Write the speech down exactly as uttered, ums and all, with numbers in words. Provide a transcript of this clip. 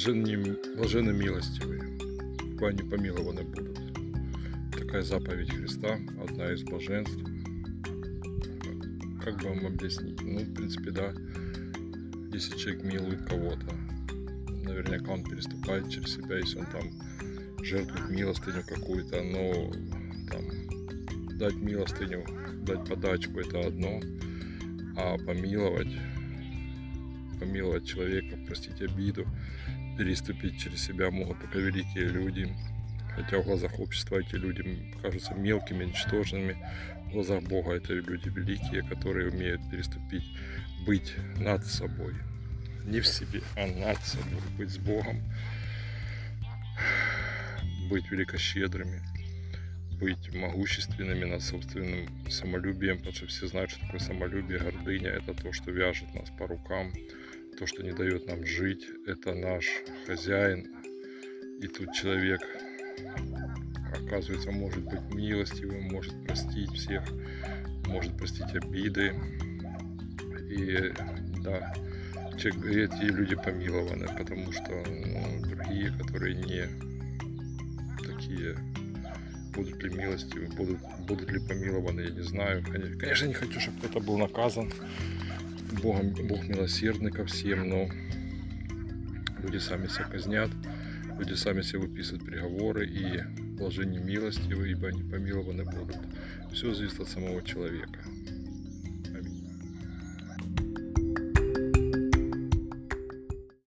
Блаженны, блаженны милостивые, ибо они помилованы будут. Такая заповедь Христа, одна из блаженств. Как бы вам объяснить? Ну, в принципе, да, если человек милует кого-то, наверняка он переступает через себя, если он там жертвует милостыню какую-то, но там дать милостыню, дать подачку — это одно, а помиловать, помиловать человека, простить обиду, переступить через себя могут только великие люди. Хотя в глазах общества эти люди кажутся мелкими, ничтожными. В глазах Бога это люди великие, которые умеют переступить, быть над собой. Не в себе, а над собой. Быть с Богом, быть великощедрыми, быть могущественными над собственным самолюбием, потому что все знают, что такое самолюбие, гордыня. Это то, что вяжет нас по рукам, то, что не дает нам жить. Это наш хозяин. И тут человек, оказывается, может быть милостивым, может простить всех, может простить обиды. И да, эти люди помилованы, потому что ну, другие, которые не такие, будут ли милостивы, будут, будут ли помилованы, я не знаю. Конечно, не хочу, чтобы кто-то был наказан. Бог, Бог милосердный ко всем, но люди сами себя казнят, люди сами себе выписывают приговоры, и блаженны милостивы, ибо они помилованы будут. Все зависит от самого человека.